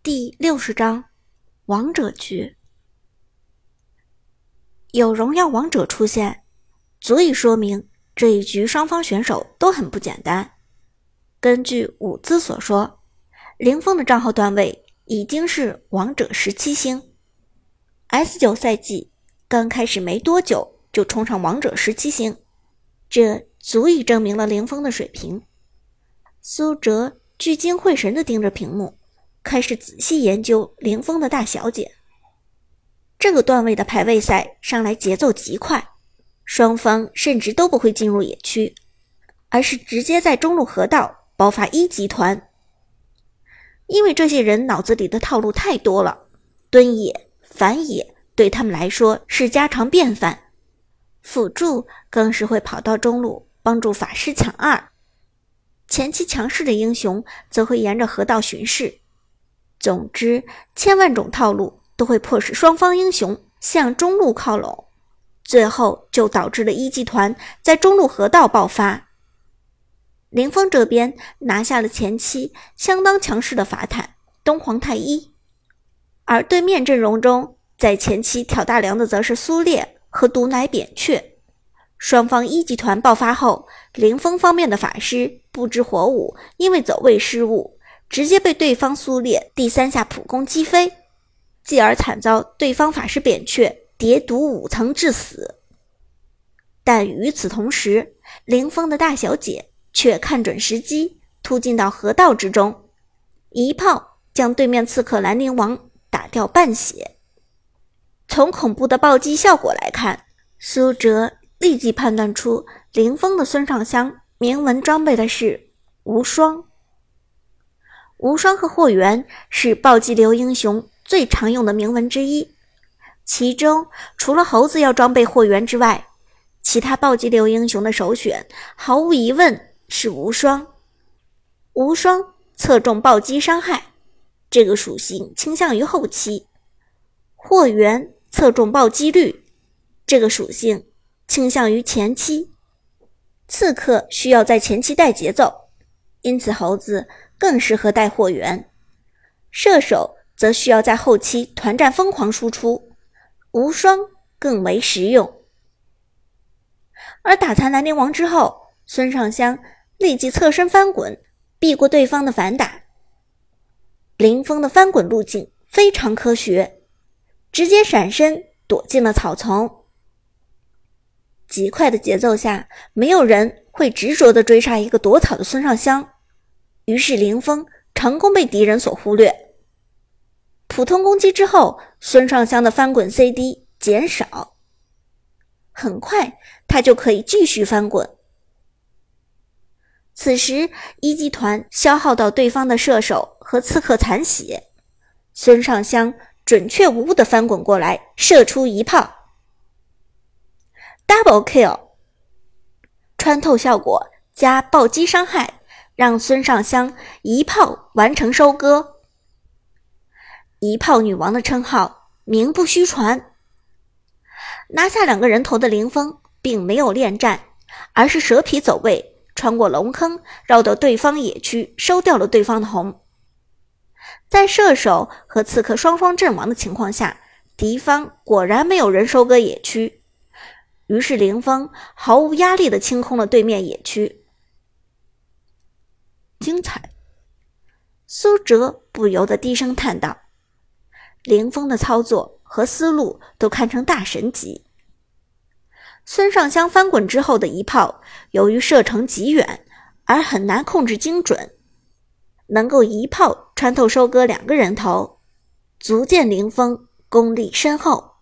第60章王者局。有荣耀王者出现，足以说明这一局双方选手都很不简单。根据伍兹所说，林峰的账号段位已经是王者17星， S9 赛季刚开始没多久就冲上王者17星，这足以证明了林峰的水平。苏哲聚精会神地盯着屏幕，开始仔细研究林峰的大小姐。这个段位的排位赛上来节奏极快，双方甚至都不会进入野区，而是直接在中路河道爆发一集团。因为这些人脑子里的套路太多了，蹲野、反野对他们来说是家常便饭，辅助更是会跑到中路帮助法师抢二，前期强势的英雄则会沿着河道巡视。总之，千万种套路都会迫使双方英雄向中路靠拢，最后就导致了一集团在中路河道爆发。林峰这边拿下了前期相当强势的法坦东皇太一，而对面阵容中在前期挑大梁的则是苏烈和毒奶扁鹊。双方一集团爆发后，林峰方面的法师不知火舞因为走位失误，直接被对方苏烈第3下普攻击飞，继而惨遭对方法师扁鹊叠毒5层致死。但与此同时，林峰的大小姐却看准时机突进到河道之中，一炮将对面刺客兰陵王打掉半血。从恐怖的暴击效果来看，苏哲立即判断出林峰的孙尚香铭文装备的是无双。无双和霍元是暴击流英雄最常用的铭文之一，其中除了猴子要装备霍元之外，其他暴击流英雄的首选毫无疑问是无双。无双侧重暴击伤害，这个属性倾向于后期；霍元侧重暴击率，这个属性倾向于前期。刺客需要在前期带节奏，因此猴子更适合带霍元，射手则需要在后期团战疯狂输出，无双更为实用。而打残兰陵王之后，孙尚香立即侧身翻滚，避过对方的反打。林峰的翻滚路径非常科学，直接闪身躲进了草丛。极快的节奏下，没有人会执着地追杀一个躲草的孙尚香，于是林峰成功被敌人所忽略。普通攻击之后，孙尚香的翻滚 CD 减少，很快他就可以继续翻滚。此时一集团消耗到对方的射手和刺客残血，孙尚香准确无误地翻滚过来，射出一炮 Double Kill， 穿透效果加暴击伤害，让孙尚香一炮完成收割。一炮女王的称号名不虚传。拿下2个人头的林峰并没有恋战，而是蛇皮走位，穿过龙坑，绕到对方野区，收掉了对方的红。在射手和刺客双双阵亡的情况下，敌方果然没有人收割野区，于是林峰毫无压力地清空了对面野区。精彩！苏哲不由得低声叹道。林峰的操作和思路都堪称大神级。孙尚香翻滚之后的一炮，由于射程极远而很难控制精准，能够一炮穿透收割2个人头，足见林峰功力深厚。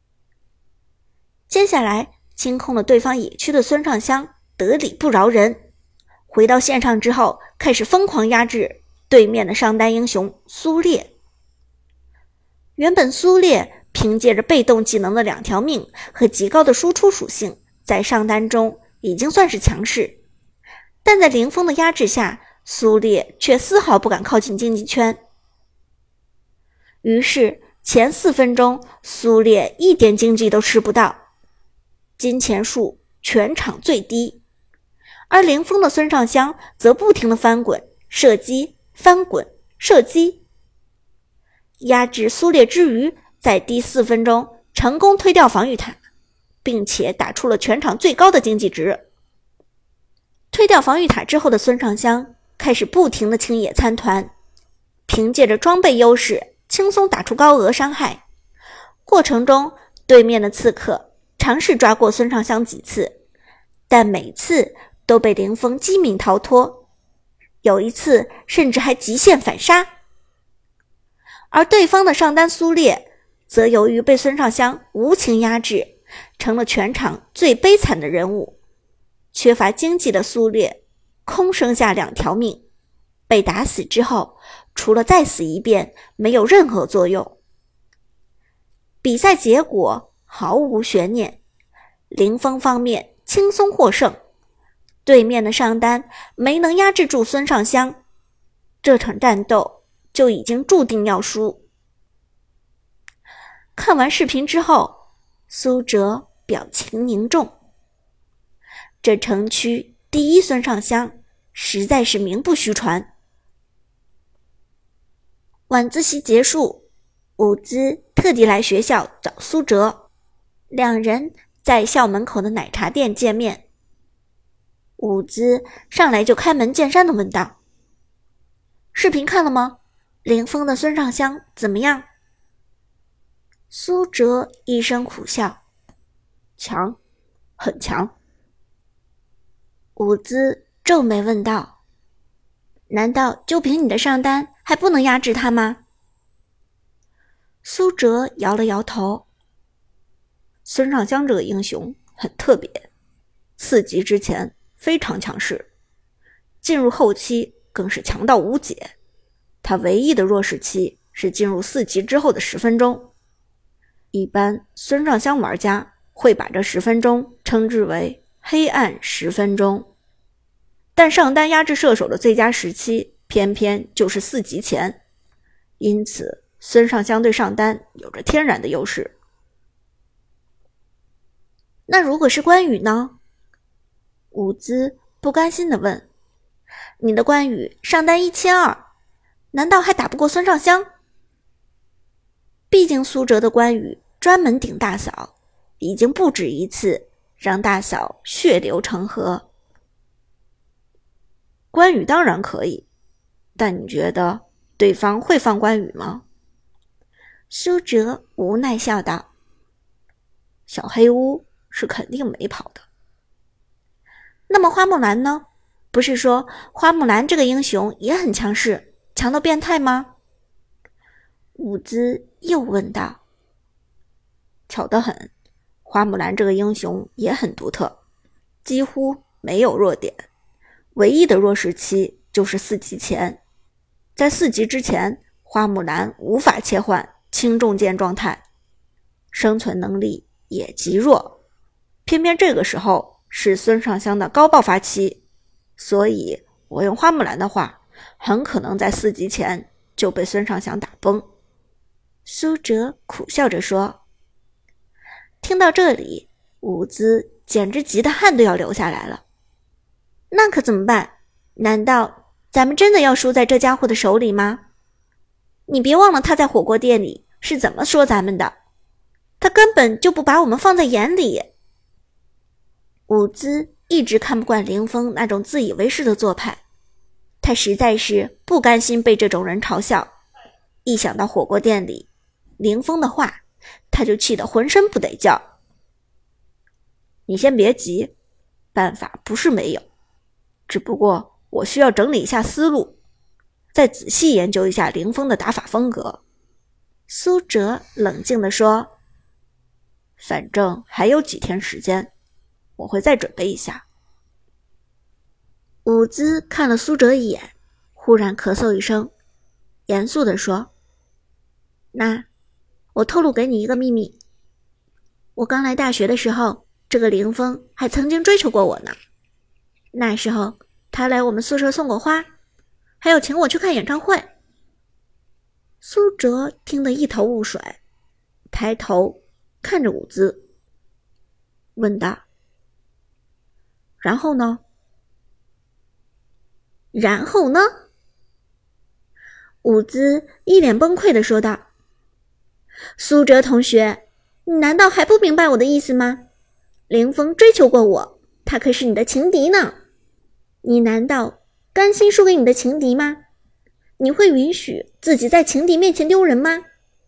接下来清空了对方野区的孙尚香得理不饶人，回到线上之后开始疯狂压制对面的上单英雄苏烈。原本苏烈凭借着被动技能的2条命和极高的输出属性，在上单中已经算是强势，但在林峰的压制下，苏烈却丝毫不敢靠近竞技圈。于是前4分钟，苏烈一点经济都吃不到，金钱数全场最低，而林峰的孙尚香则不停地翻滚、射击、翻滚、射击。 压制苏烈之余，在第4分钟成功推掉防御塔，并且打出了全场最高的经济值。推掉防御塔之后的孙尚香开始不停地清野参团，凭借着装备优势轻松打出高额伤害。过程中，对面的刺客尝试抓过孙尚香几次，但每次都被林峰机敏逃脱，有一次甚至还极限反杀。而对方的上单苏烈则由于被孙尚香无情压制，成了全场最悲惨的人物。缺乏经济的苏烈空剩下2条命，被打死之后除了再死一遍没有任何作用。比赛结果毫无悬念，林峰方面轻松获胜，对面的上单没能压制住孙尚香，这场战斗就已经注定要输。看完视频之后，苏哲表情凝重，这城区第一孙尚香实在是名不虚传。晚自习结束，伍兹特地来学校找苏哲，两人在校门口的奶茶店见面。伍兹上来就开门见山地问道：视频看了吗？林峰的孙尚香怎么样？苏哲一声苦笑：强，很强。伍兹皱眉问道：难道就凭你的上单还不能压制他吗？苏哲摇了摇头：孙尚香这个英雄很特别，4级之前非常强势，进入后期更是强到无解，他唯一的弱势期是进入4级之后的10分钟。一般孙尚香玩家会把这10分钟称之为黑暗10分钟，但上单压制射手的最佳时期偏偏就是4级前，因此孙尚香对上单有着天然的优势。那如果是关羽呢？伍兹不甘心地问：你的关羽上单1200，难道还打不过孙尚香？毕竟苏哲的关羽专门顶大嫂，已经不止一次让大嫂血流成河。关羽当然可以，但你觉得对方会放关羽吗？苏哲无奈笑道：小黑屋是肯定没跑的。那么花木兰呢？不是说花木兰这个英雄也很强势，强到变态吗？伍兹又问道。巧得很，花木兰这个英雄也很独特，几乎没有弱点，唯一的弱势期就是4级前。在4级之前，花木兰无法切换轻重剑状态，生存能力也极弱，偏偏这个时候是孙尚香的高爆发期，所以我用花木兰的话，很可能在4级前就被孙尚香打崩。苏哲苦笑着说。听到这里，伍兹简直急得汗都要流下来了。那可怎么办？难道咱们真的要输在这家伙的手里吗？你别忘了他在火锅店里是怎么说咱们的，他根本就不把我们放在眼里。伍兹一直看不惯林峰那种自以为是的做派，他实在是不甘心被这种人嘲笑，一想到火锅店里林峰的话，他就气得浑身不得劲。你先别急，办法不是没有，只不过我需要整理一下思路，再仔细研究一下林峰的打法风格。苏哲冷静地说，反正还有几天时间，我会再准备一下。伍兹看了苏哲一眼，忽然咳嗽一声，严肃地说，那我透露给你一个秘密，我刚来大学的时候，这个林峰还曾经追求过我呢。那时候他来我们宿舍送过花，还有请我去看演唱会。苏哲听得一头雾水，抬头看着伍兹，问道：然后呢？然后呢？伍兹一脸崩溃地说道： 苏哲同学，你难道还不明白我的意思吗？凌风追求过我，他可是你的情敌呢。你难道甘心输给你的情敌吗？你会允许自己在情敌面前丢人吗？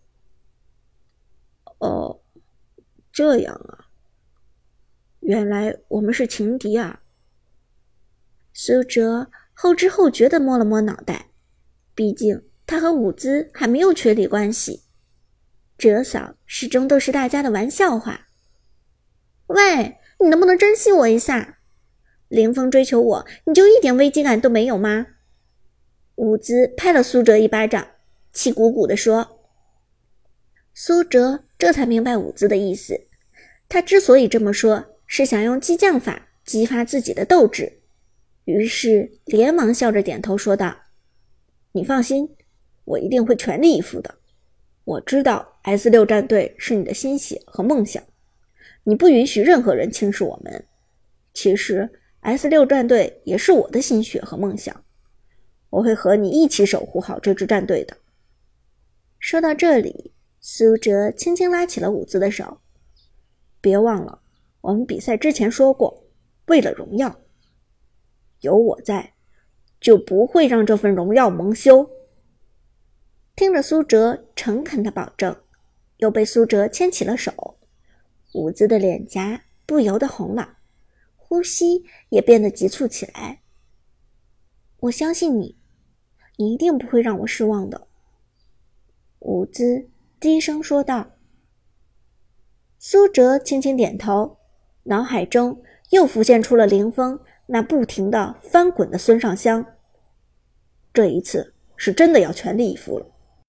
哦，这样啊，原来我们是情敌啊。 苏哲后知后觉地摸了摸脑袋，毕竟他和伍兹还没有确立关系，哲嫂始终都是大家的玩笑话。喂，你能不能珍惜我一下？凌风追求我，你就一点危机感都没有吗？伍兹拍了苏哲一巴掌，气鼓鼓地说。苏哲这才明白伍兹的意思，他之所以这么说，是想用激将法激发自己的斗志，于是连忙笑着点头说道： 你放心，我一定会全力以赴的。我知道 S6 战队是你的心血和梦想，你不允许任何人轻视我们。其实 S6 战队也是我的心血和梦想，我会和你一起守护好这支战队的。 说到这里，苏哲轻轻拉起了伍兹的手。 别忘了，我们比赛之前说过，为了荣耀，有我在，就不会让这份荣耀蒙羞。 听着苏哲诚恳的保证，又被苏哲牵起了手，伍兹的脸颊不由得红了，呼吸也变得急促起来。我相信你，你一定不会让我失望的。伍兹低声说道。苏哲轻轻点头，脑海中又浮现出了凌风那不停地翻滚的孙尚香。 这一次是真的要全力以赴了。